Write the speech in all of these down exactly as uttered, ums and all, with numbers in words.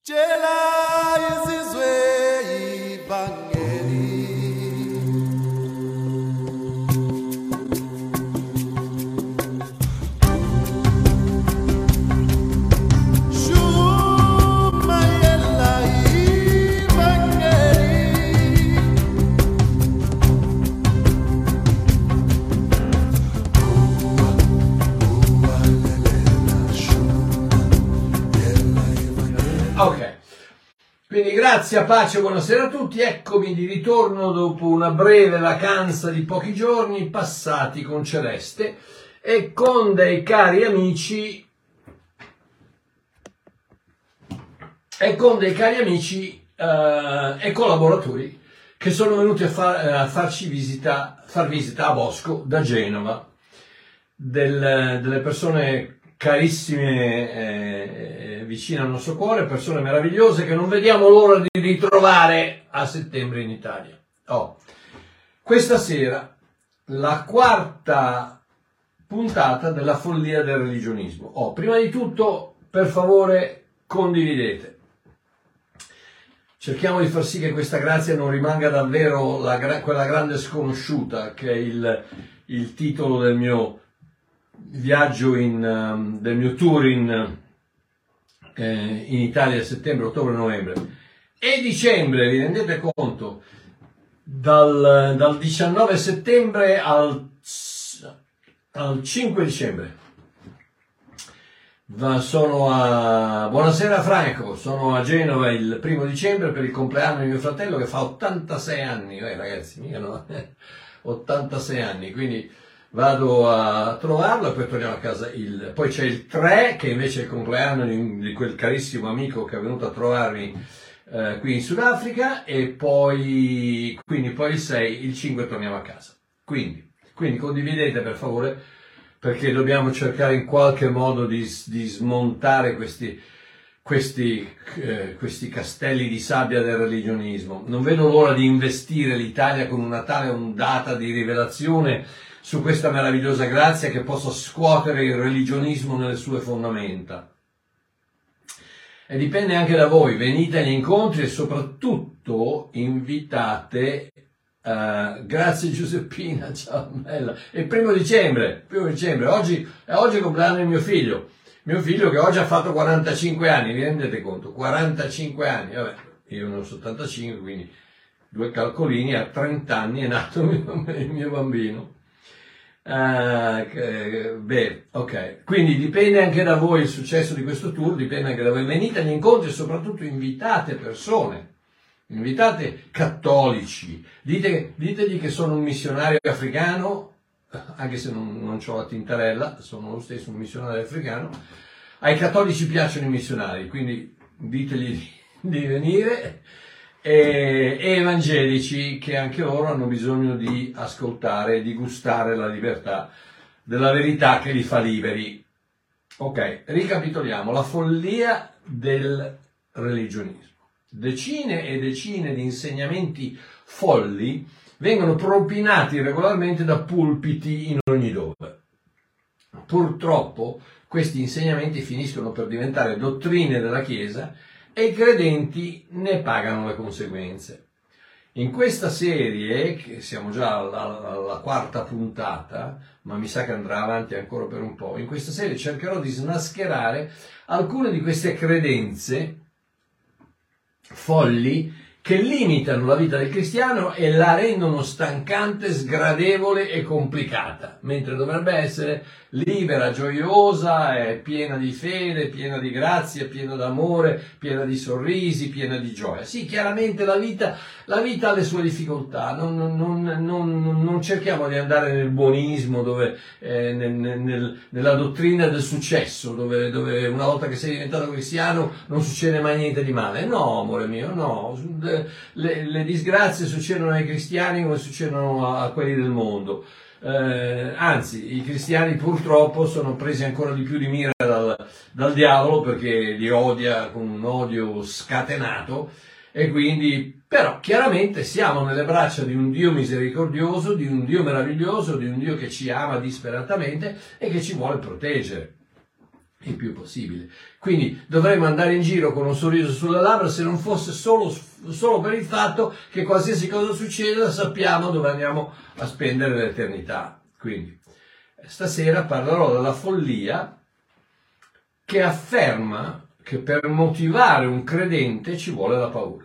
Ok, quindi grazie, pace, buonasera a tutti, eccomi di ritorno dopo una breve vacanza di pochi giorni passati con Celeste e con dei cari amici e con dei cari amici eh, e collaboratori che sono venuti a, far, a farci visita, far visita a Bosco da Genova, del, delle persone carissime eh, vicine al nostro cuore, persone meravigliose che non vediamo l'ora di ritrovare a settembre in Italia. Oh. Questa sera la quarta puntata della follia del religionismo. Oh, prima di tutto, per favore, condividete. Cerchiamo di far sì che questa grazia non rimanga davvero la, quella grande sconosciuta che è il, il titolo del mio viaggio in, um, del mio tour in, eh, in Italia a settembre, ottobre, novembre e dicembre. Vi rendete conto? Dal, dal diciannove settembre al, al cinque dicembre. Va, sono a buonasera Franco, sono a Genova il primo dicembre per il compleanno di mio fratello che fa ottantasei anni. Eh, ragazzi, mica no, ottantasei anni, quindi vado a trovarlo e poi torniamo a casa. Il, poi c'è il tre che invece è il compleanno di, di quel carissimo amico che è venuto a trovarmi eh, qui in Sudafrica e poi, quindi poi il sei, il cinque torniamo a casa. Quindi, quindi condividete per favore, perché dobbiamo cercare in qualche modo di, di smontare questi, questi, eh, questi castelli di sabbia del religionismo. Non vedo l'ora di investire l'Italia con una tale ondata di rivelazione su questa meravigliosa grazia che possa scuotere il religionismo nelle sue fondamenta. E dipende anche da voi, venite agli incontri e soprattutto invitate, uh, grazie Giuseppina, ciao bella, il primo dicembre, primo dicembre, oggi, oggi è il compleanno di mio figlio, mio figlio che oggi ha fatto quarantacinque anni, vi rendete conto? quarantacinque anni, vabbè, io ne ho settantacinque, quindi due calcolini, a trenta anni è nato il mio bambino. Uh, beh, ok, quindi dipende anche da voi il successo di questo tour, dipende anche da voi. Venite agli incontri e soprattutto invitate persone, invitate cattolici, dite, ditegli che sono un missionario africano, anche se non, non ho la tintarella, sono lo stesso un missionario africano. Ai cattolici piacciono i missionari, quindi ditegli di, di venire. E, e evangelici che anche loro hanno bisogno di ascoltare e di gustare la libertà della verità che li fa liberi. Ok, ricapitoliamo la follia del religionismo. Decine e decine di insegnamenti folli vengono propinati regolarmente da pulpiti in ogni dove. Purtroppo questi insegnamenti finiscono per diventare dottrine della Chiesa e i credenti ne pagano le conseguenze. In questa serie, che siamo già alla, alla quarta puntata, ma mi sa che andrà avanti ancora per un po', in questa serie cercherò di snascherare alcune di queste credenze folli che limitano la vita del cristiano e la rendono stancante, sgradevole e complicata, mentre dovrebbe essere libera, gioiosa, e piena di fede, piena di grazia, piena d'amore, piena di sorrisi, piena di gioia. Sì, chiaramente la vita, la vita ha le sue difficoltà, non, non, non, non, non cerchiamo di andare nel buonismo, dove, eh, nel, nel, nella dottrina del successo, dove, dove una volta che sei diventato cristiano non succede mai niente di male. No, amore mio, no. Le, le disgrazie succedono ai cristiani come succedono a, a quelli del mondo. Eh, anzi, i cristiani purtroppo sono presi ancora di più di mira dal, dal diavolo, perché li odia con un odio scatenato, e quindi, però chiaramente siamo nelle braccia di un Dio misericordioso, di un Dio meraviglioso, di un Dio che ci ama disperatamente e che ci vuole proteggere. il più possibile. Quindi dovremmo andare in giro con un sorriso sulle labbra, se non fosse solo, solo per il fatto che qualsiasi cosa succeda sappiamo dove andiamo a spendere l'eternità. Quindi stasera parlerò della follia che afferma che per motivare un credente ci vuole la paura.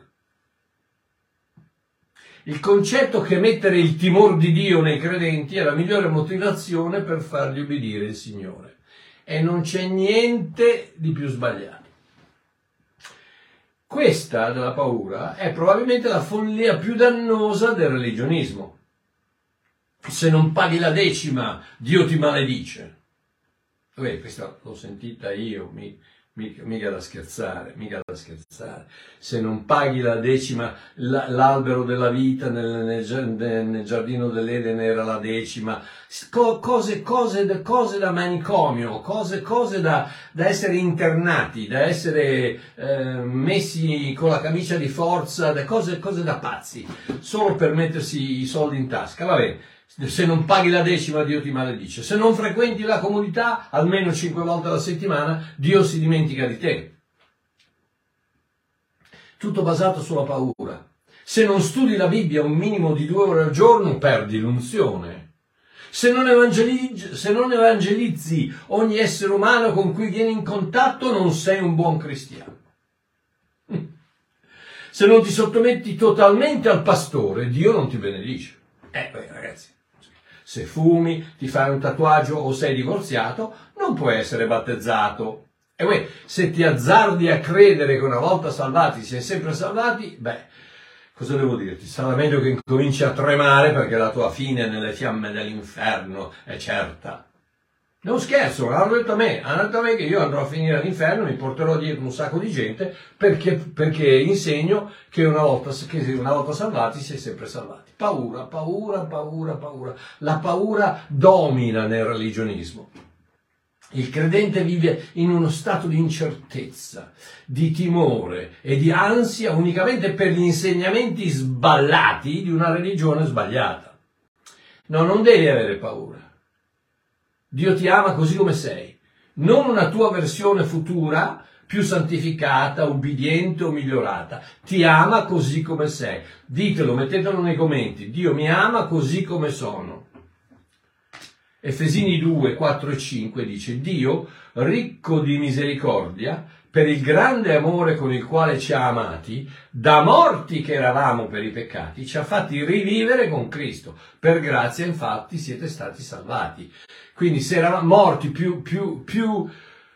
Il concetto che mettere il timore di Dio nei credenti è la migliore motivazione per fargli obbedire il Signore. E non c'è niente di più sbagliato. Questa della paura è probabilmente la follia più dannosa del religionismo. Se non paghi la decima, Dio ti maledice. Beh, questa l'ho sentita io, mi, mica, mica da scherzare, mica da scherzare. Se non paghi la decima, la, l'albero della vita nel, nel, nel giardino dell'Eden era la decima. Co, cose, cose, cose da manicomio, cose, cose da, da essere internati, da essere eh, messi con la camicia di forza, da cose, cose da pazzi, solo per mettersi i soldi in tasca. Va bene. Se non paghi la decima, Dio ti maledice. Se non frequenti la comunità almeno cinque volte alla settimana, Dio si dimentica di te. Tutto basato sulla paura. Se non studi la Bibbia un minimo di due ore al giorno, perdi l'unzione. Se non evangelizzi, se non evangelizzi ogni essere umano con cui vieni in contatto, non sei un buon cristiano. Se non ti sottometti totalmente al pastore, Dio non ti benedice. Eh, beh, ragazzi. Se fumi, ti fai un tatuaggio o sei divorziato, non puoi essere battezzato. E poi, se ti azzardi a credere che una volta salvati si è sempre salvati, beh, cosa devo dirti? Sarà meglio che incominci a tremare perché la tua fine nelle fiamme dell'inferno è certa. Non scherzo, hanno detto a me, hanno detto a me che io andrò a finire all'inferno, mi porterò dietro un sacco di gente perché, perché insegno che una volta, che una volta salvati si è sempre salvati. Paura, paura, paura, paura. La paura domina nel religionismo. Il credente vive in uno stato di incertezza, di timore e di ansia unicamente per gli insegnamenti sballati di una religione sbagliata. No, non devi avere paura. Dio ti ama così come sei, non una tua versione futura, più santificata, ubbidiente o migliorata. Ti ama così come sei. Ditelo, mettetelo nei commenti. Dio mi ama così come sono. Efesini due, quattro e cinque dice: Dio, ricco di misericordia, per il grande amore con il quale ci ha amati, da morti che eravamo per i peccati, ci ha fatti rivivere con Cristo. Per grazia, infatti, siete stati salvati. Quindi se eravamo morti più, più, più,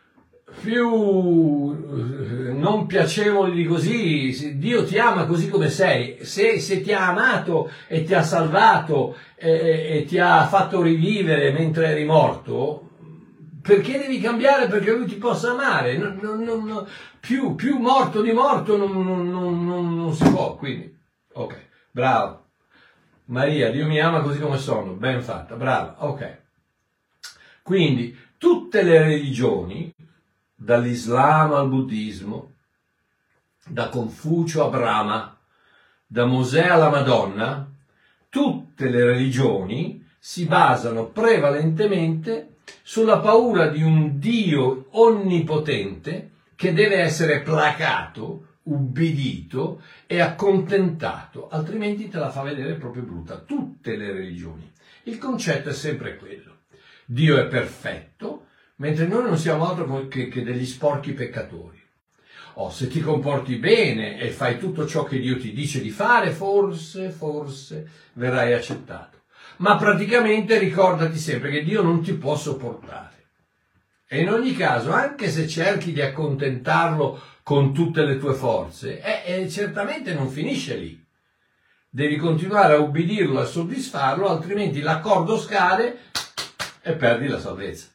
più non piacevoli di così, Dio ti ama così come sei. Se, se ti ha amato e ti ha salvato e, e ti ha fatto rivivere mentre eri morto, perché devi cambiare perché Lui ti possa amare? Non, non, non, più, più morto di morto non, non, non, non si può. Quindi, ok, bravo. Maria, Dio mi ama così come sono, ben fatta, brava, ok. Quindi tutte le religioni, dall'Islam al buddismo, da Confucio a Brahma, da Mosè alla Madonna, tutte le religioni si basano prevalentemente sulla paura di un Dio onnipotente che deve essere placato, ubbidito e accontentato, altrimenti te la fa vedere proprio brutta. Tutte le religioni. Il concetto è sempre quello. Dio è perfetto, mentre noi non siamo altro che, che degli sporchi peccatori. Oh, se ti comporti bene e fai tutto ciò che Dio ti dice di fare, forse, forse verrai accettato. Ma praticamente ricordati sempre che Dio non ti può sopportare. E in ogni caso, anche se cerchi di accontentarlo con tutte le tue forze, eh, eh, certamente non finisce lì. Devi continuare a ubbidirlo, a soddisfarlo, altrimenti l'accordo scade e perdi la salvezza.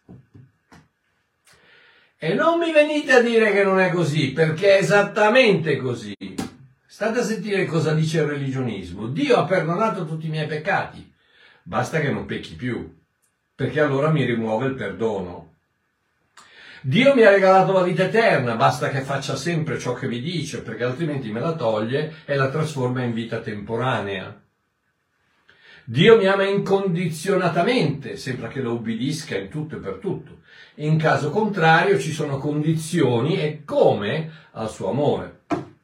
E non mi venite a dire che non è così, perché è esattamente così. State a sentire cosa dice il religionismo. Dio ha perdonato tutti i miei peccati, basta che non pecchi più, perché allora mi rimuove il perdono. Dio mi ha regalato la vita eterna, basta che faccia sempre ciò che mi dice, perché altrimenti me la toglie e la trasforma in vita temporanea. Dio mi ama incondizionatamente, sembra che lo obbedisca in tutto e per tutto. In caso contrario ci sono condizioni e come al suo amore.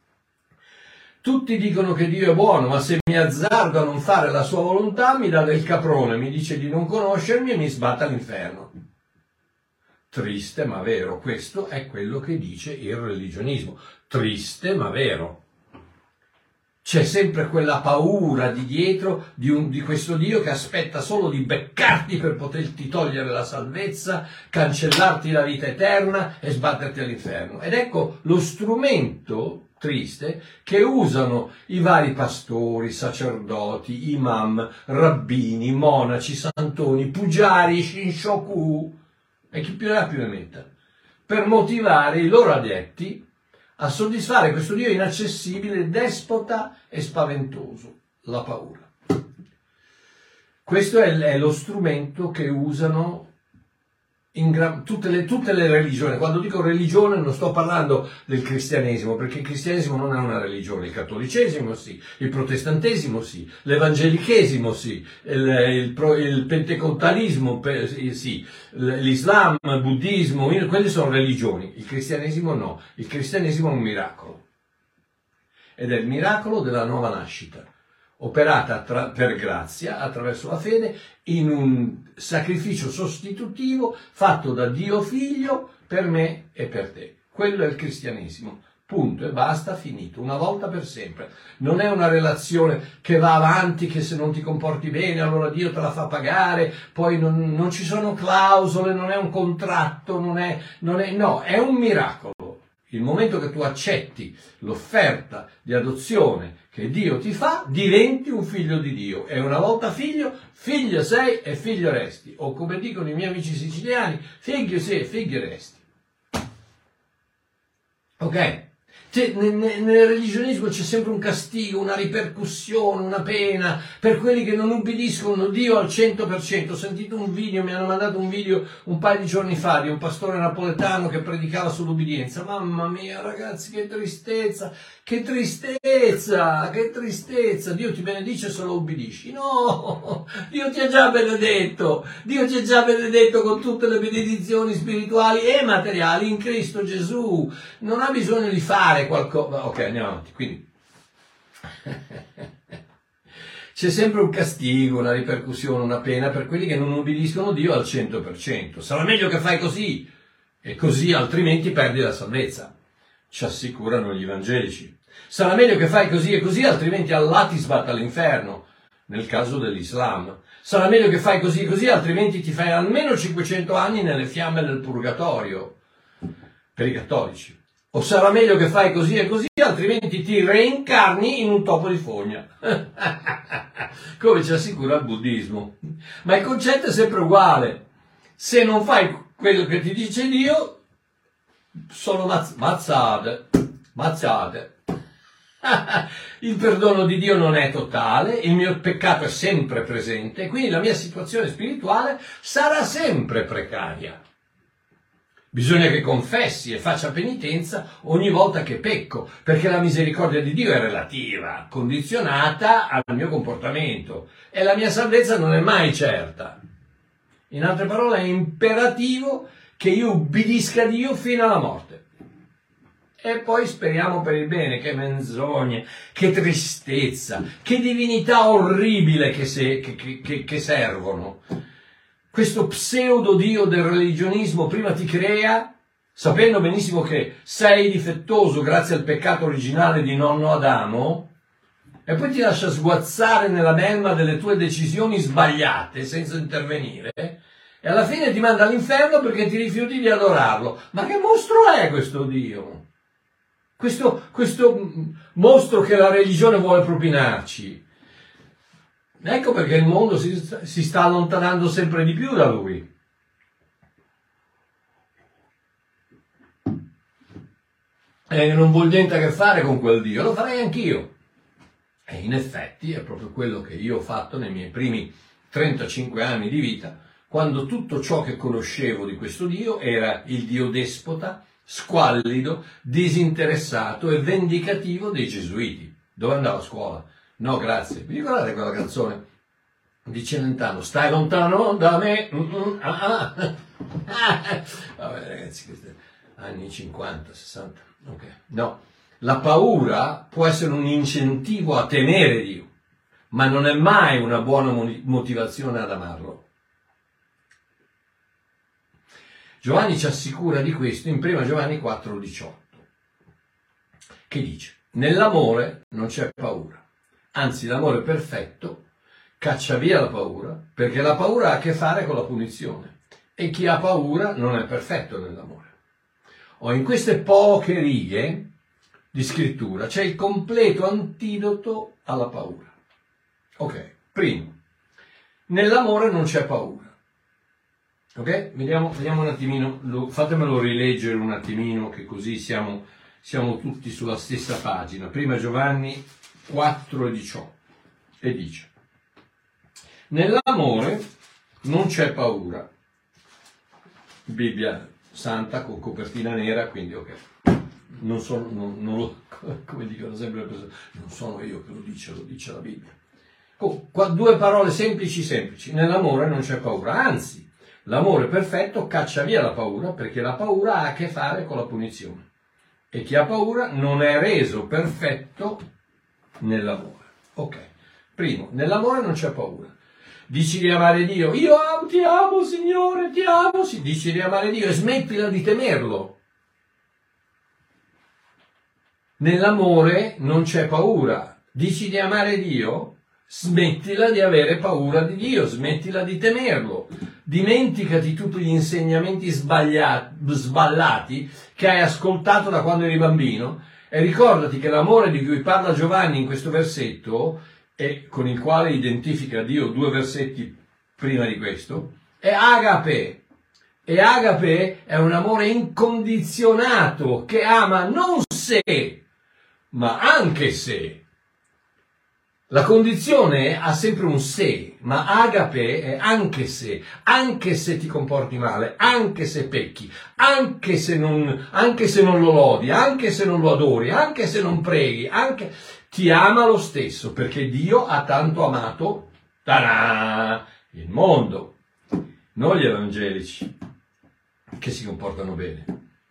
Tutti dicono che Dio è buono, ma se mi azzardo a non fare la sua volontà mi dà del caprone, mi dice di non conoscermi e mi sbatte all'inferno. Triste ma vero, questo è quello che dice il religionismo. Triste ma vero. C'è sempre quella paura di dietro di, un, di questo Dio che aspetta solo di beccarti per poterti togliere la salvezza, cancellarti la vita eterna e sbatterti all'inferno. Ed ecco lo strumento triste che usano i vari pastori, sacerdoti, imam, rabbini, monaci, santoni, pugiari, shinshoku e chi più ne ha più ne metta, per motivare i loro adepti a soddisfare questo Dio inaccessibile, despota e spaventoso, la paura. Questo è, è lo strumento che usano in gran, tutte, le, tutte le religioni. Quando dico religione non sto parlando del cristianesimo, perché il cristianesimo non è una religione, il cattolicesimo sì, il protestantesimo sì, l'evangelichesimo sì, il, il, il pentecostalismo sì, l'Islam, il buddismo, quelle sono religioni, il cristianesimo no, il cristianesimo è un miracolo, ed è il miracolo della nuova nascita, operata tra, per grazia, attraverso la fede, in un sacrificio sostitutivo fatto da Dio Figlio per me e per te. Quello è il cristianesimo. Punto e basta, finito, una volta per sempre. Non è una relazione che va avanti, che se non ti comporti bene allora Dio te la fa pagare, poi non, non ci sono clausole, non è un contratto, non è, non è, no, è un miracolo. Il momento che tu accetti l'offerta di adozione che Dio ti fa, diventi un figlio di Dio. E una volta figlio, figlio sei e figlio resti. O come dicono i miei amici siciliani, figlio sei e figlio resti. Ok? Cioè, nel, nel religionismo c'è sempre un castigo, una ripercussione, una pena per quelli che non ubbidiscono Dio al cento per cento. Ho sentito un video, mi hanno mandato un video un paio di giorni fa di un pastore napoletano che predicava sull'ubbidienza. Mamma mia ragazzi, che tristezza, che tristezza, che tristezza. Dio ti benedice se lo ubbidisci. No, Dio ti ha già benedetto, Dio ti ha già benedetto con tutte le benedizioni spirituali e materiali in Cristo Gesù. Non ha bisogno di fare qualcosa. Ok, andiamo avanti. Quindi c'è sempre un castigo, una ripercussione, una pena per quelli che non ubbidiscono Dio al cento per cento. Sarà meglio che fai così e così, altrimenti perdi la salvezza, ci assicurano gli evangelici. Sarà meglio che fai così e così, altrimenti Allah ti sbatte all'inferno, nel caso dell'Islam. Sarà meglio che fai così e così, altrimenti ti fai almeno cinquecento anni nelle fiamme del purgatorio, per i cattolici. O sarà meglio che fai così e così, altrimenti ti reincarni in un topo di fogna. Come ci assicura il buddismo. Ma il concetto è sempre uguale. Se non fai quello che ti dice Dio, sono mazz- mazzate. Mazzate. Il perdono di Dio non è totale, il mio peccato è sempre presente, quindi la mia situazione spirituale sarà sempre precaria. Bisogna che confessi e faccia penitenza ogni volta che pecco, perché la misericordia di Dio è relativa, condizionata al mio comportamento, e la mia salvezza non è mai certa. In altre parole, è imperativo che io ubbidisca a Dio fino alla morte. E poi speriamo per il bene. Che menzogne, che tristezza, che divinità orribile che, se, che, che, che servono. Questo pseudo Dio del religionismo prima ti crea, sapendo benissimo che sei difettoso grazie al peccato originale di nonno Adamo, e poi ti lascia sguazzare nella melma delle tue decisioni sbagliate senza intervenire, e alla fine ti manda all'inferno perché ti rifiuti di adorarlo. Ma che mostro è questo Dio? Questo, questo mostro che la religione vuole propinarci. Ecco perché il mondo si, si sta allontanando sempre di più da lui. E non vuol niente a che fare con quel Dio, lo farei anch'io. E in effetti è proprio quello che io ho fatto nei miei primi trentacinque anni di vita, quando tutto ciò che conoscevo di questo Dio era il Dio despota, squallido, disinteressato e vendicativo dei gesuiti. Dove andavo a scuola? No, grazie. Vi ricordate quella canzone? Dice Lentano, stai lontano da me. Mm-mm, ah, ah. Vabbè ragazzi, questi anni cinquanta, sessanta. Ok. No, la paura può essere un incentivo a temere Dio, ma non è mai una buona motivazione ad amarlo. Giovanni ci assicura di questo in prima Giovanni quattro diciotto, che dice: nell'amore non c'è paura, anzi l'amore perfetto caccia via la paura, perché la paura ha a che fare con la punizione, e chi ha paura non è perfetto nell'amore. O in queste poche righe di scrittura c'è il completo antidoto alla paura. Ok, primo, nell'amore non c'è paura. Ok? Vediamo, vediamo un attimino, lo, fatemelo rileggere un attimino, che così siamo, siamo tutti sulla stessa pagina. Prima Giovanni quattro e diciotto, e dice: nell'amore non c'è paura. Bibbia santa con copertina nera, quindi ok. Non sono, non, non lo, come dicono sempre le persone, non sono io che lo dice, lo dice la Bibbia. Oh, qua due parole semplici semplici. Nell'amore non c'è paura, anzi, l'amore perfetto caccia via la paura, perché la paura ha a che fare con la punizione. E chi ha paura non è reso perfetto nell'amore. Ok. Primo, nell'amore non c'è paura. Dici di amare Dio, io ti amo Signore, ti amo, sì, dici di amare Dio e smettila di temerlo. Nell'amore non c'è paura. Dici di amare Dio, smettila di avere paura di Dio, smettila di temerlo. Dimenticati tutti gli insegnamenti sbagliati, sballati che hai ascoltato da quando eri bambino e ricordati che l'amore di cui parla Giovanni in questo versetto, e con il quale identifica Dio due versetti prima di questo, è agape. E agape è un amore incondizionato che ama non se, ma anche se. La condizione ha sempre un se, ma agape è anche se, anche se ti comporti male, anche se pecchi, anche se non, anche se non lo lodi, anche se non lo adori, anche se non preghi, anche ti ama lo stesso, perché Dio ha tanto amato, ta-da, il mondo, non gli evangelici che si comportano bene.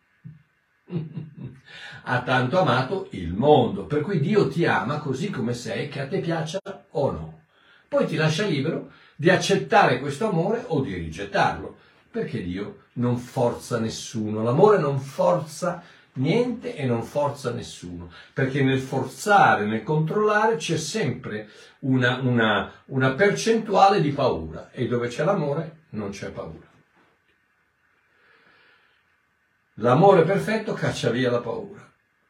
Ha tanto amato il mondo, per cui Dio ti ama così come sei, che a te piaccia o no. Poi ti lascia libero di accettare questo amore o di rigettarlo, perché Dio non forza nessuno. L'amore non forza niente e non forza nessuno, perché nel forzare, nel controllare c'è sempre una, una, una percentuale di paura, e dove c'è l'amore non c'è paura. L'amore perfetto caccia via la paura.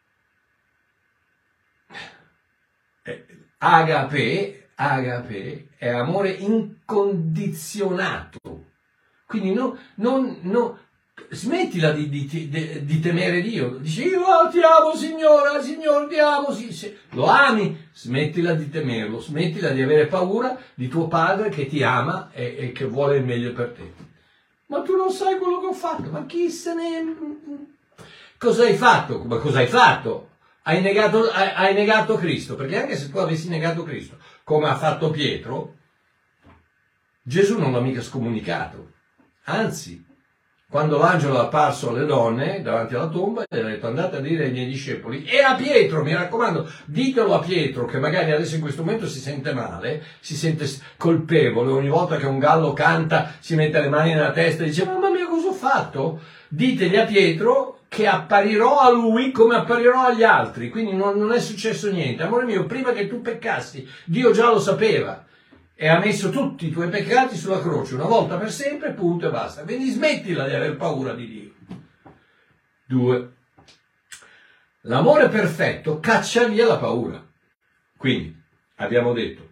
Agape, agape è amore incondizionato. Quindi no, non, no, smettila di, di, di, di temere Dio. Dici, io ti amo Signore, Signore ti amo. Sì, sì. Lo ami? Smettila di temerlo, smettila di avere paura di tuo padre che ti ama e, e che vuole il meglio per te. Ma tu non sai quello che ho fatto, ma chi se ne... Cosa hai fatto? Ma cosa hai fatto? Hai negato, hai, hai negato Cristo, perché anche se tu avessi negato Cristo, come ha fatto Pietro, Gesù non l'ha mica scomunicato. Anzi, quando l'angelo è apparso alle donne davanti alla tomba, gli ha detto: andate a dire ai miei discepoli, e a Pietro, mi raccomando, ditelo a Pietro, che magari adesso in questo momento si sente male, si sente colpevole, ogni volta che un gallo canta si mette le mani nella testa e dice: mamma mia, cosa ho fatto? Ditegli a Pietro che apparirò a lui come apparirò agli altri, quindi non, non è successo niente. Amore mio, prima che tu peccassi, Dio già lo sapeva e ha messo tutti i tuoi peccati sulla croce, una volta per sempre, punto e basta. Quindi smettila di aver paura di Dio. Due, l'amore perfetto caccia via la paura. Quindi, abbiamo detto,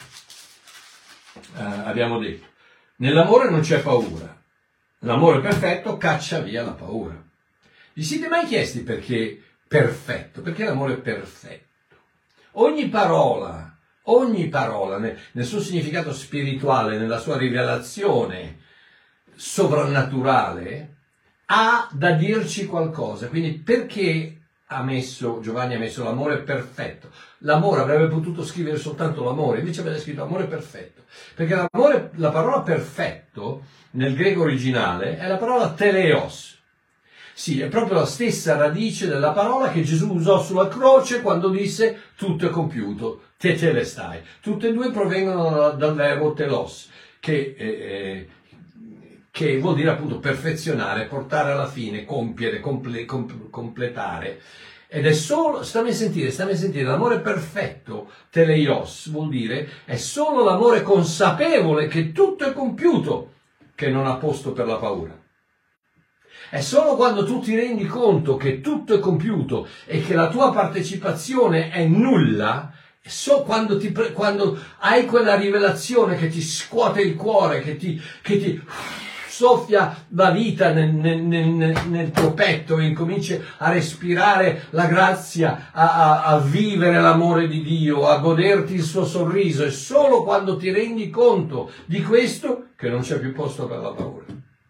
eh, abbiamo detto, nell'amore non c'è paura. L'amore perfetto caccia via la paura. Vi siete mai chiesti perché perfetto? Perché l'amore è perfetto. Ogni parola, ogni parola nel, nel suo significato spirituale, nella sua rivelazione sovrannaturale, ha da dirci qualcosa. Quindi perché ha messo, Giovanni ha messo l'amore perfetto. L'amore avrebbe potuto scrivere soltanto l'amore, invece aveva scritto amore perfetto. Perché l'amore, la parola perfetto nel greco originale è la parola teleos. Sì, è proprio la stessa radice della parola che Gesù usò sulla croce quando disse tutto è compiuto, tetelestai. Tutte e due provengono dal, dal verbo telos, che, eh, che vuol dire appunto perfezionare, portare alla fine, compiere, comple, com, completare. Ed è solo, stammi a sentire, stammi a sentire, l'amore perfetto, teleios, vuol dire, è solo l'amore consapevole che tutto è compiuto, che non ha posto per la paura. È solo quando tu ti rendi conto che tutto è compiuto e che la tua partecipazione è nulla, so quando, ti, quando hai quella rivelazione che ti scuote il cuore, che ti, che ti soffia la vita nel, nel, nel, nel tuo petto e incominci a respirare la grazia, a, a, a vivere l'amore di Dio, a goderti il suo sorriso. È solo quando ti rendi conto di questo che non c'è più posto per la paura.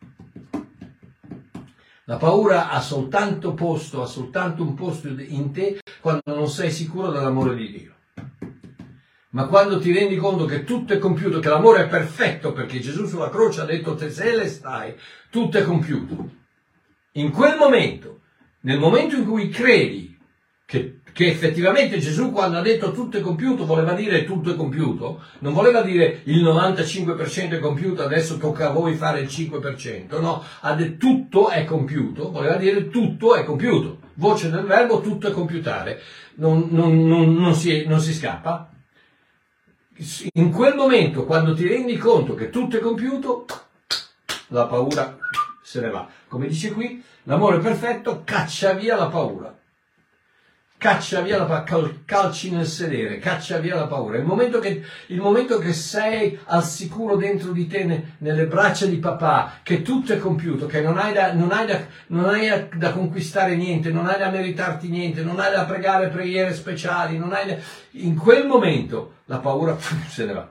La paura ha soltanto posto, ha soltanto un posto in te quando non sei sicuro dell'amore di Dio. Ma quando ti rendi conto che tutto è compiuto, che l'amore è perfetto, perché Gesù sulla croce ha detto tetelestai, tutto è compiuto. In quel momento, nel momento in cui credi che, che effettivamente Gesù quando ha detto tutto è compiuto voleva dire tutto è compiuto, non voleva dire il novantacinque per cento è compiuto, adesso tocca a voi fare il cinque per cento, no, ha detto tutto è compiuto, voleva dire tutto è compiuto, voce del verbo tutto è compiutare, non, non, non, non, si, non si scappa. In quel momento, quando ti rendi conto che tutto è compiuto, la paura se ne va. Come dice qui, l'amore perfetto caccia via la paura. Caccia via la paura, calci nel sedere, caccia via la paura. Il momento che, il momento che sei al sicuro dentro di te, ne, nelle braccia di papà, che tutto è compiuto, che non hai, da, non, hai da, non hai da, da conquistare niente, non hai da meritarti niente, non hai da pregare preghiere speciali, non hai da, in quel momento la paura se ne va.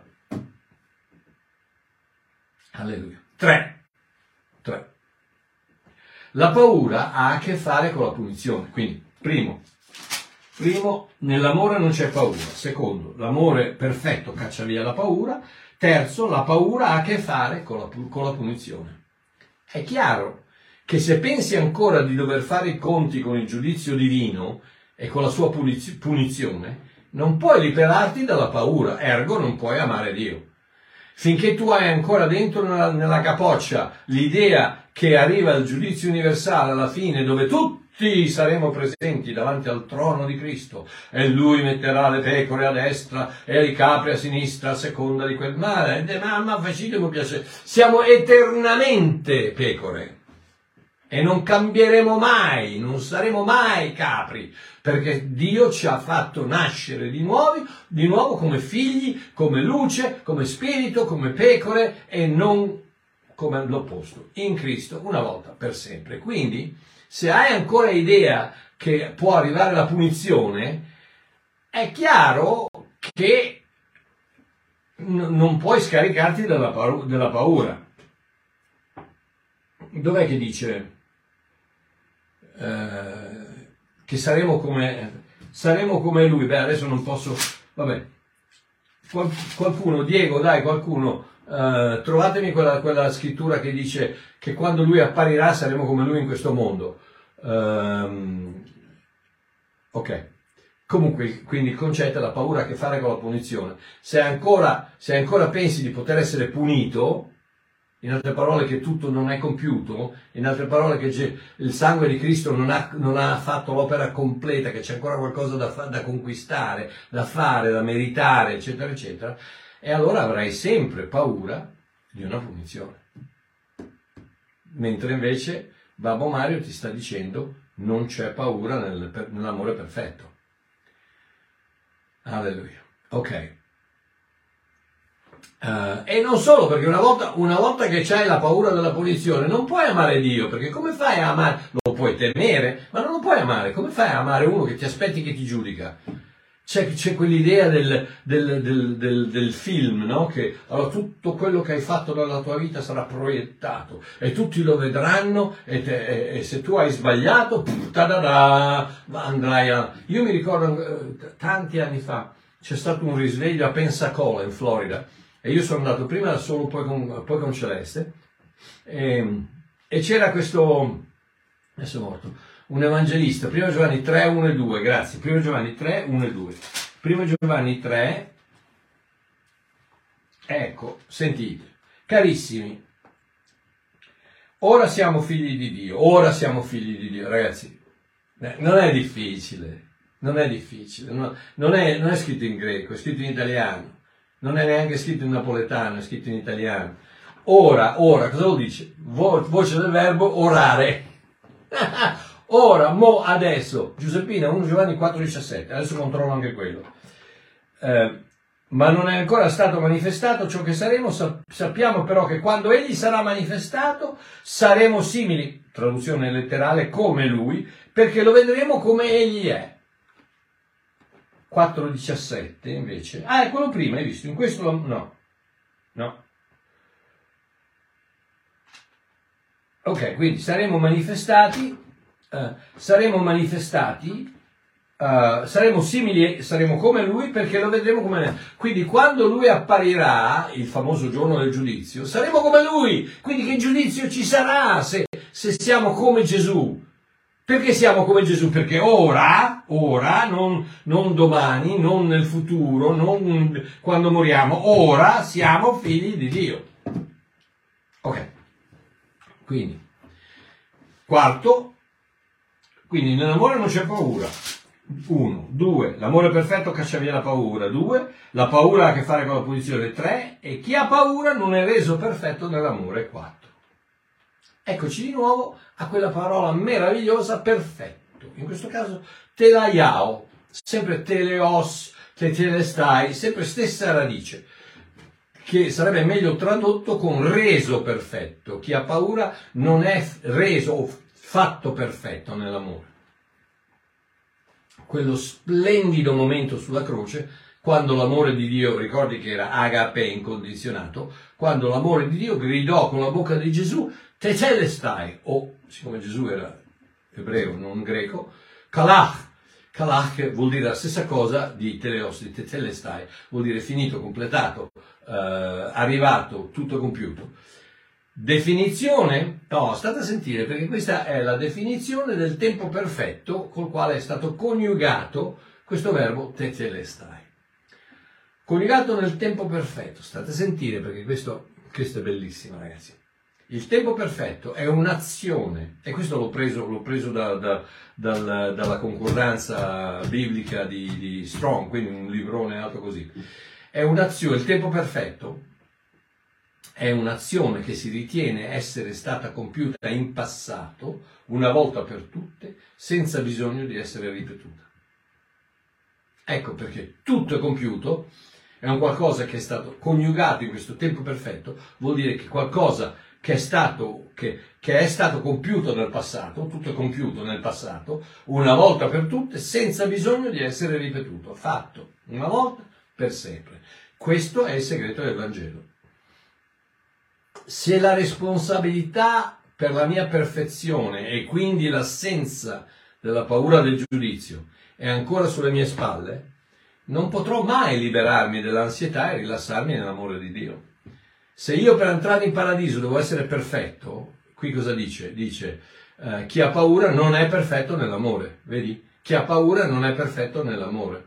Alleluia. Tre. Tre. La paura ha a che fare con la punizione. Quindi, primo, Primo, nell'amore non c'è paura. Secondo, l'amore perfetto caccia via la paura. Terzo, la paura ha a che fare con la, con la punizione. È chiaro che se pensi ancora di dover fare i conti con il giudizio divino e con la sua punizione, non puoi liberarti dalla paura, ergo non puoi amare Dio. Finché tu hai ancora dentro nella, nella capoccia l'idea che arriva il giudizio universale alla fine, dove tutti saremo presenti davanti al trono di Cristo e Lui metterà le pecore a destra e i capri a sinistra a seconda di quel male. E mamma fastidio mi piace. Siamo eternamente pecore e non cambieremo mai, non saremo mai capri, perché Dio ci ha fatto nascere di nuovo, di nuovo come figli, come luce, come spirito, come pecore e non come l'opposto, in Cristo una volta per sempre. Quindi, se hai ancora idea che può arrivare la punizione, è chiaro che n- non puoi scaricarti dalla, paura, della paura. Dov'è che dice eh, che saremo come, saremo come lui? Beh, adesso non posso... Vabbè, Qual, qualcuno, Diego, dai, qualcuno... Uh, trovatemi quella, quella scrittura che dice che quando lui apparirà saremo come lui in questo mondo. Um, ok, comunque, quindi il concetto è la paura a che fare con la punizione. Se ancora, se ancora pensi di poter essere punito, in altre parole che tutto non è compiuto, in altre parole che il sangue di Cristo non ha, non ha fatto l'opera completa, che c'è ancora qualcosa da, fa, da conquistare, da fare, da meritare, eccetera, eccetera, e allora avrai sempre paura di una punizione. Mentre invece Babbo Mario ti sta dicendo non c'è paura nel, nell'amore perfetto. Alleluia. Ok. Uh, e non solo, perché una volta, una volta che c'hai la paura della punizione non puoi amare Dio, perché come fai a amare? Lo puoi temere, ma non lo puoi amare. Come fai a amare uno che ti aspetti che ti giudica? C'è, c'è quell'idea del, del, del, del, del film, no? Che allora, tutto quello che hai fatto nella tua vita sarà proiettato e tutti lo vedranno e, te, e, e se tu hai sbagliato, pff, andrai a... Io mi ricordo eh, tanti anni fa c'è stato un risveglio a Pensacola in Florida e io sono andato prima da solo, poi con, poi con Celeste e, e c'era questo, adesso è morto, un evangelista, primo Giovanni tre, uno e due, grazie, primo Giovanni tre, uno e due, primo Giovanni tre, ecco, sentite, carissimi, ora siamo figli di Dio, ora siamo figli di Dio, ragazzi, non è difficile. Non è difficile, no, non, è, non è scritto in greco, è scritto in italiano, non è neanche scritto in napoletano, è scritto in italiano. Ora, ora, cosa lo dice? Vo, voce del verbo orare. Ora, mo, adesso, Giuseppina, primo Giovanni quattro diciassette, adesso controllo anche quello. Eh, ma non è ancora stato manifestato ciò che saremo, sappiamo però che quando egli sarà manifestato saremo simili, traduzione letterale, come lui, perché lo vedremo come egli è. quattro diciassette invece, ah è quello prima, hai visto, in questo lo... no, no, ok, quindi saremo manifestati, uh, saremo manifestati, uh, saremo simili, saremo come lui perché lo vedremo come è, quindi quando lui apparirà, il famoso giorno del giudizio, saremo come lui, quindi che giudizio ci sarà se, se siamo come Gesù? Perché siamo come Gesù? Perché ora, ora, non, non domani, non nel futuro, non quando moriamo, ora siamo figli di Dio. Ok. Quindi, quarto, quindi nell'amore non c'è paura. Uno. Due. L'amore perfetto caccia via la paura. Due. La paura ha a che fare con la punizione. Tre. E chi ha paura non è reso perfetto nell'amore. Quattro. Eccoci di nuovo a quella parola meravigliosa, perfetto. In questo caso telaiao, sempre teleos, te telestai, sempre stessa radice, che sarebbe meglio tradotto con reso perfetto. Chi ha paura non è reso o fatto perfetto nell'amore. Quello splendido momento sulla croce, quando l'amore di Dio, ricordi che era agape incondizionato, quando l'amore di Dio gridò con la bocca di Gesù, tetelestai, o siccome Gesù era ebreo, non greco, kalach, kalach vuol dire la stessa cosa di teleos, di tetelestai, vuol dire finito, completato, eh, arrivato, tutto compiuto. Definizione? No, state a sentire, perché questa è la definizione del tempo perfetto col quale è stato coniugato questo verbo tetelestai. Coniugato nel tempo perfetto, state a sentire, perché questo, questo è bellissimo, ragazzi. Il tempo perfetto è un'azione, e questo l'ho preso, l'ho preso da, da, dal, dalla concordanza biblica di, di Strong, quindi un librone alto così. È un'azione, il tempo perfetto è un'azione che si ritiene essere stata compiuta in passato, una volta per tutte, senza bisogno di essere ripetuta. Ecco perché tutto è compiuto, è un qualcosa che è stato coniugato in questo tempo perfetto, vuol dire che qualcosa che è stato, che, che è stato compiuto nel passato, tutto è compiuto nel passato, una volta per tutte, senza bisogno di essere ripetuto, fatto una volta per sempre. Questo è il segreto del Vangelo. Se la responsabilità per la mia perfezione e quindi l'assenza della paura del giudizio è ancora sulle mie spalle, non potrò mai liberarmi dell'ansietà e rilassarmi nell'amore di Dio. Se io per entrare in paradiso devo essere perfetto, qui cosa dice? Dice, eh, chi ha paura non è perfetto nell'amore, vedi? Chi ha paura non è perfetto nell'amore.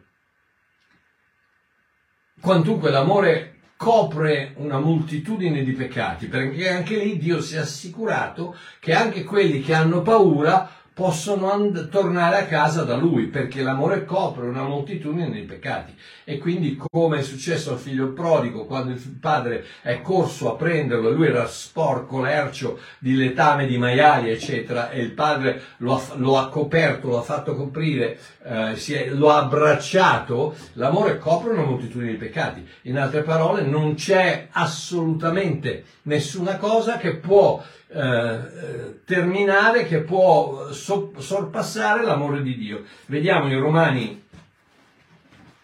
Quantunque l'amore copre una moltitudine di peccati, perché anche lì Dio si è assicurato che anche quelli che hanno paura possono and- tornare a casa da Lui, perché l'amore copre una moltitudine di peccati. E quindi, come è successo al figlio prodigo, quando il padre è corso a prenderlo, lui era sporco, lercio, di letame, di maiali, eccetera, e il padre lo ha, lo ha coperto, lo ha fatto coprire, eh, si è, lo ha abbracciato, l'amore copre una moltitudine di peccati. In altre parole, non c'è assolutamente nessuna cosa che può Eh, terminare, che può so, sorpassare l'amore di Dio. Vediamo in Romani,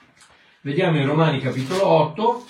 Vediamo in Romani capitolo otto,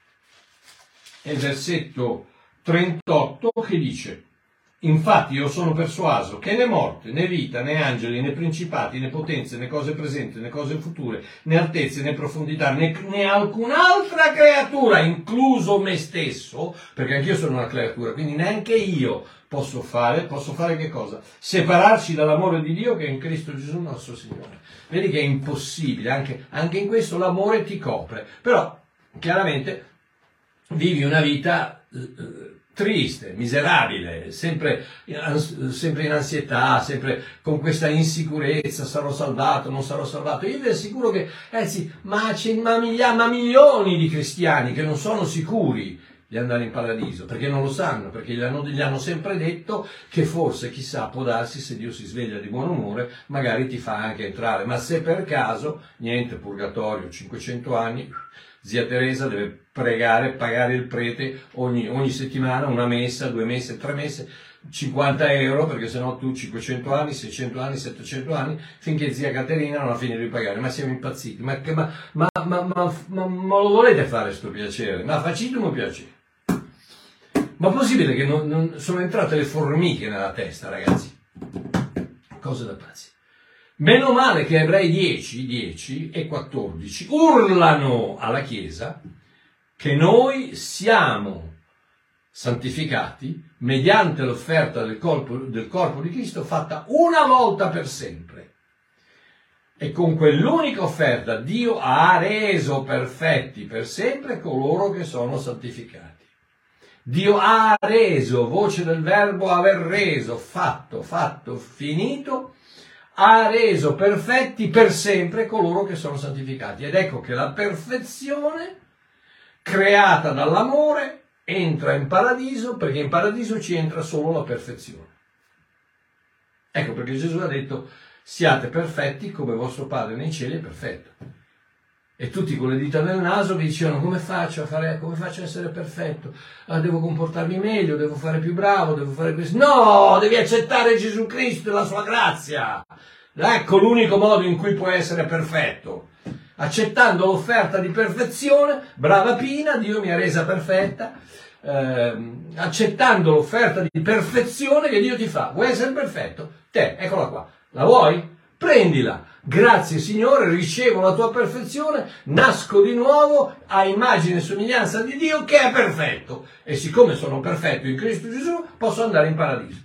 e il versetto trentotto che dice: infatti io sono persuaso che né morte, né vita, né angeli, né principati, né potenze, né cose presenti, né cose future, né altezze, né profondità, né, né alcun'altra creatura, incluso me stesso, perché anch'io sono una creatura, quindi neanche io posso fare, posso fare che cosa? Separarci dall'amore di Dio che è in Cristo Gesù nostro Signore. Vedi che è impossibile, anche, anche in questo l'amore ti copre, però chiaramente vivi una vita eh, triste, miserabile, sempre, sempre in ansietà, sempre con questa insicurezza: sarò salvato, non sarò salvato. Io vi assicuro che, eh sì, ma c'è ma, miglia, ma milioni di cristiani che non sono sicuri di andare in paradiso, perché non lo sanno, perché gli hanno, gli hanno sempre detto che forse, chissà, può darsi, se Dio si sveglia di buon umore, magari ti fa anche entrare, ma se per caso, niente, purgatorio, cinquecento anni, zia Teresa deve pregare, pagare il prete ogni, ogni settimana, una messa, due messe, tre messe, cinquanta euro, perché sennò tu cinquecento anni, seicento anni, settecento anni, finché zia Caterina non ha finito di pagare. Ma siamo impazziti, ma, ma, ma, ma, ma, ma, ma lo volete fare sto piacere? Ma facitemi un piacere. Ma è possibile che non, non sono entrate le formiche nella testa, ragazzi? Cose da pazzi. Meno male che Ebrei dieci, dieci e quattordici urlano alla Chiesa che noi siamo santificati mediante l'offerta del corpo, del corpo di Cristo fatta una volta per sempre. E con quell'unica offerta Dio ha reso perfetti per sempre coloro che sono santificati. Dio ha reso, voce del verbo aver reso, fatto, fatto, finito, ha reso perfetti per sempre coloro che sono santificati. Ed ecco che la perfezione creata dall'amore entra in paradiso, perché in paradiso ci entra solo la perfezione. Ecco perché Gesù ha detto: siate perfetti come vostro Padre nei cieli è perfetto. E tutti con le dita nel naso vi dicevano: come faccio a fare, come faccio a essere perfetto? Ah, devo comportarmi meglio, devo fare più bravo, devo fare questo. No, devi accettare Gesù Cristo e la sua grazia. Ecco l'unico modo in cui puoi essere perfetto. Accettando l'offerta di perfezione, brava Pina, Dio mi ha resa perfetta, eh, accettando l'offerta di perfezione che Dio ti fa. Vuoi essere perfetto? Te, eccola qua. La vuoi? Prendila. Grazie Signore, ricevo la tua perfezione, nasco di nuovo a immagine e somiglianza di Dio che è perfetto. E siccome sono perfetto in Cristo Gesù, posso andare in paradiso.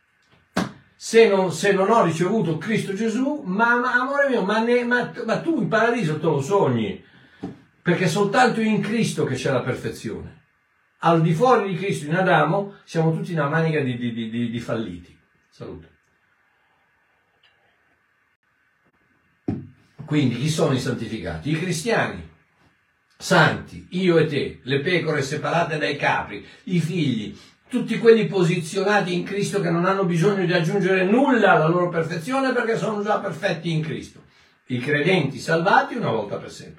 Se non, se non ho ricevuto Cristo Gesù, ma, ma amore mio, ma, ne, ma, ma tu in paradiso te lo sogni, perché soltanto in Cristo che c'è la perfezione. Al di fuori di Cristo, in Adamo, siamo tutti una manica di, di, di, di falliti. Salute. Quindi chi sono i santificati? I cristiani, santi, io e te, le pecore separate dai capri, i figli, tutti quelli posizionati in Cristo che non hanno bisogno di aggiungere nulla alla loro perfezione perché sono già perfetti in Cristo. I credenti salvati una volta per sempre.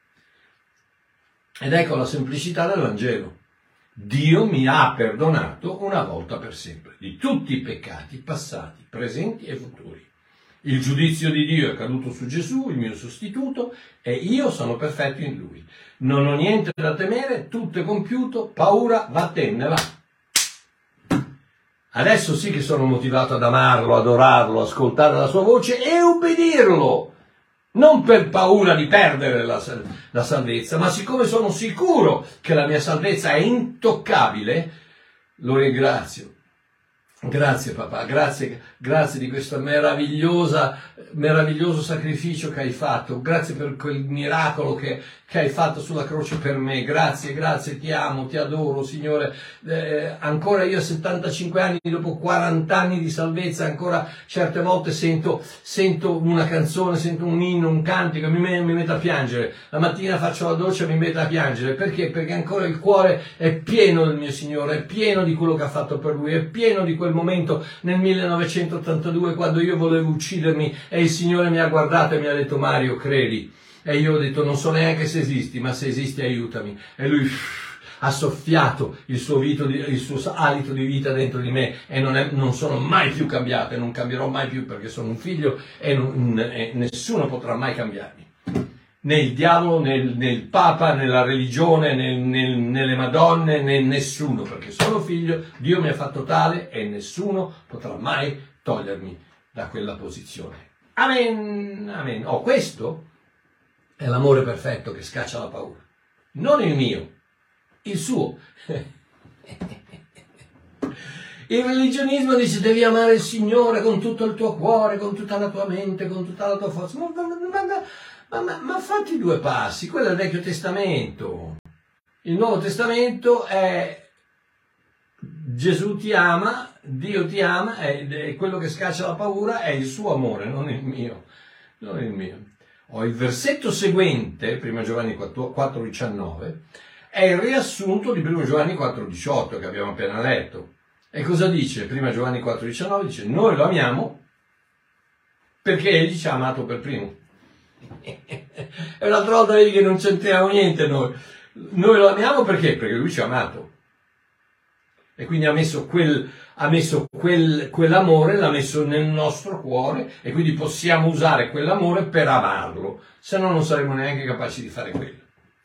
Ed ecco la semplicità del Vangelo. Dio mi ha perdonato una volta per sempre di tutti i peccati passati, presenti e futuri. Il giudizio di Dio è caduto su Gesù, il mio sostituto, e io sono perfetto in Lui. Non ho niente da temere, tutto è compiuto, paura, vattene, va. Adesso sì che sono motivato ad amarlo, adorarlo, ascoltare la sua voce e ubbidirlo. Non per paura di perdere la, la salvezza, ma siccome sono sicuro che la mia salvezza è intoccabile, lo ringrazio. Grazie papà, grazie, grazie di questo meravigliosa, meraviglioso sacrificio che hai fatto, grazie per quel miracolo che, che hai fatto sulla croce per me, grazie, grazie, ti amo, ti adoro Signore, eh, ancora io a settantacinque anni, dopo quaranta anni di salvezza, ancora certe volte sento, sento una canzone, sento un inno, un cantico, mi, mi metto a piangere, la mattina faccio la doccia e mi metto a piangere, perché? Perché ancora il cuore è pieno del mio Signore, è pieno di quello che ha fatto per Lui, è pieno di quel momento nel millenovecentottantadue quando io volevo uccidermi e il Signore mi ha guardato e mi ha detto: Mario, credi? E io ho detto: non so neanche se esisti, ma se esisti aiutami. E lui ha soffiato il suo, vito di, il suo alito di vita dentro di me e non, è, non sono mai più cambiato e non cambierò mai più perché sono un figlio e, non, e nessuno potrà mai cambiarmi. né il diavolo, né il, né il papa, né la religione, né, né, né le madonne, né nessuno, perché sono figlio, Dio mi ha fatto tale e nessuno potrà mai togliermi da quella posizione. Amen, amen. Oh, questo è l'amore perfetto che scaccia la paura. Non il mio, il suo. Il religionismo dice devi amare il Signore con tutto il tuo cuore, con tutta la tua mente, con tutta la tua forza. Ma, ma, ma, ma, ma, ma fatti due passi, quello è il Vecchio Testamento. Il Nuovo Testamento è Gesù ti ama, Dio ti ama, è quello che scaccia la paura, è il suo amore, non il mio. Non il mio. Oh, il versetto seguente, primo Giovanni quattro diciannove, è il riassunto di primo Giovanni quattro diciotto che abbiamo appena letto. E cosa dice primo Giovanni quattro diciannove? Dice, noi lo amiamo perché egli ci ha amato per primo. E un'altra volta vedi che non c'entriamo niente noi. Noi lo amiamo perché? Perché lui ci ha amato. E quindi ha messo quel, ha messo quel, quell'amore, l'ha messo nel nostro cuore e quindi possiamo usare quell'amore per amarlo, se no non saremo neanche capaci di fare quello.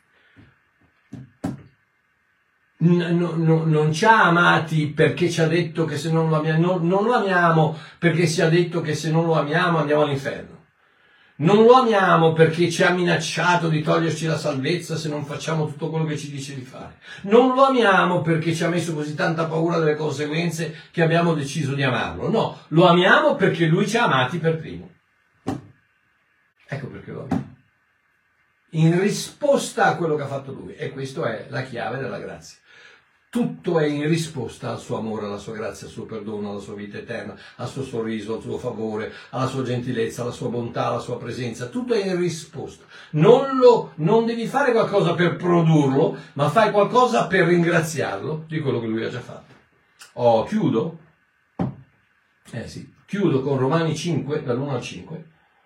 No, no, non ci ha amati perché ci ha detto che se non lo amiamo, non, non lo amiamo perché ci ha detto che se non lo amiamo andiamo all'inferno. Non lo amiamo perché ci ha minacciato di toglierci la salvezza se non facciamo tutto quello che ci dice di fare. Non lo amiamo perché ci ha messo così tanta paura delle conseguenze che abbiamo deciso di amarlo. No, lo amiamo perché lui ci ha amati per primo. Ecco perché lo amiamo. In risposta a quello che ha fatto lui. E questa è la chiave della grazia. Tutto è in risposta al suo amore, alla sua grazia, al suo perdono, alla sua vita eterna, al suo sorriso, al suo favore, alla sua gentilezza, alla sua bontà, alla sua presenza. Tutto è in risposta. Non, lo, non devi fare qualcosa per produrlo, ma fai qualcosa per ringraziarlo di quello che lui ha già fatto. Oh, chiudo? Eh sì, chiudo con Romani cinque, dall'uno al cinque.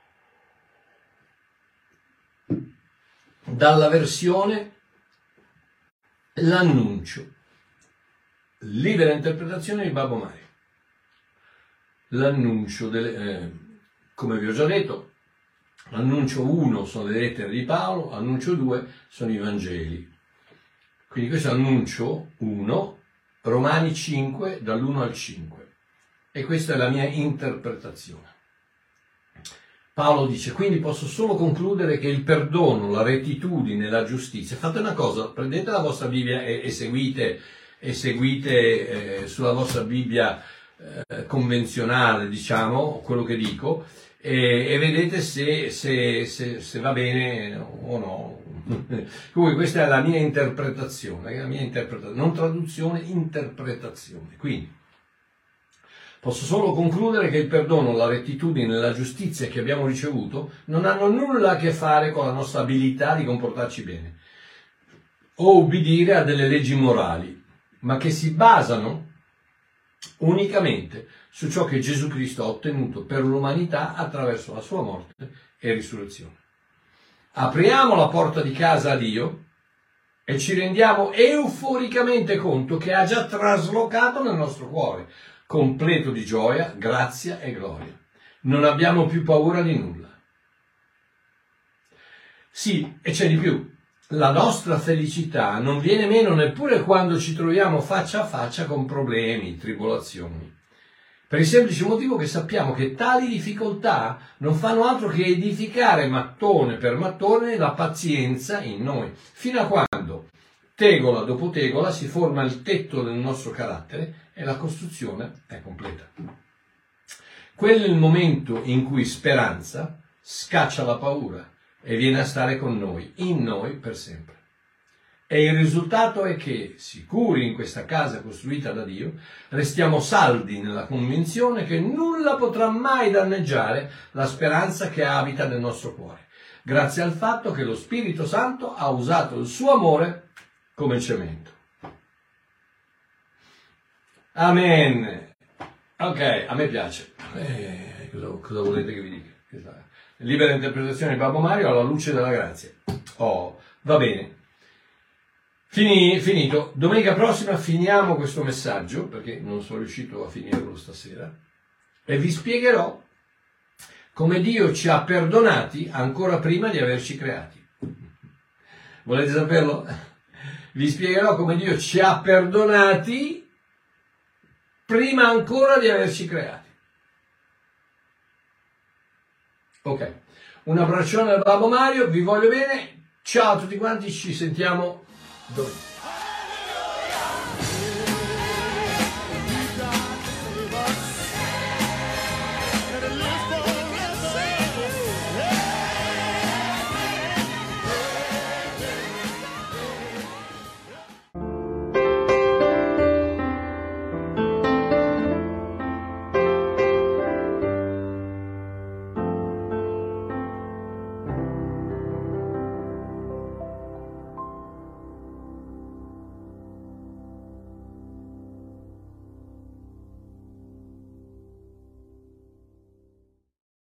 Dalla versione L'annuncio. Libera interpretazione di Babbo Mario. L'annuncio, delle, eh, come vi ho già detto, l'annuncio uno sono le lettere di Paolo, l'annuncio due sono i Vangeli. Quindi questo è l'annuncio uno, Romani cinque, dall'uno al cinque. E questa è la mia interpretazione. Paolo dice, quindi posso solo concludere che il perdono, la rettitudine, la giustizia, fate una cosa, prendete la vostra Bibbia e, e seguite, e seguite eh, sulla vostra Bibbia eh, convenzionale, diciamo, quello che dico, e, e vedete se, se, se, se va bene o no. Comunque questa è la mia interpretazione, la mia interpretazione, non traduzione, interpretazione. Quindi, posso solo concludere che il perdono, la rettitudine e la giustizia che abbiamo ricevuto non hanno nulla a che fare con la nostra abilità di comportarci bene o ubbidire a delle leggi morali, ma che si basano unicamente su ciò che Gesù Cristo ha ottenuto per l'umanità attraverso la sua morte e risurrezione. Apriamo la porta di casa a Dio e ci rendiamo euforicamente conto che ha già traslocato nel nostro cuore completo di gioia, grazia e gloria. Non abbiamo più paura di nulla. Sì, e c'è di più. La nostra felicità non viene meno neppure quando ci troviamo faccia a faccia con problemi, tribolazioni. Per il semplice motivo che sappiamo che tali difficoltà non fanno altro che edificare mattone per mattone la pazienza in noi, fino a quando, tegola dopo tegola, si forma il tetto del nostro carattere e la costruzione è completa. Quello è il momento in cui speranza scaccia la paura e viene a stare con noi, in noi per sempre. E il risultato è che, sicuri in questa casa costruita da Dio, restiamo saldi nella convinzione che nulla potrà mai danneggiare la speranza che abita nel nostro cuore, grazie al fatto che lo Spirito Santo ha usato il suo amore come cemento. Amen. Ok, a me piace. Eh, cosa, cosa volete che vi dica? Questa libera interpretazione di Babbo Mario alla luce della grazia. Oh, va bene. Fini, finito. Domenica prossima finiamo questo messaggio, perché non sono riuscito a finirlo stasera, e vi spiegherò come Dio ci ha perdonati ancora prima di averci creati. Volete saperlo? Vi spiegherò come Dio ci ha perdonati prima ancora di averci creati. Ok, un abbraccione al Babbo Mario, vi voglio bene, ciao a tutti quanti, ci sentiamo domani.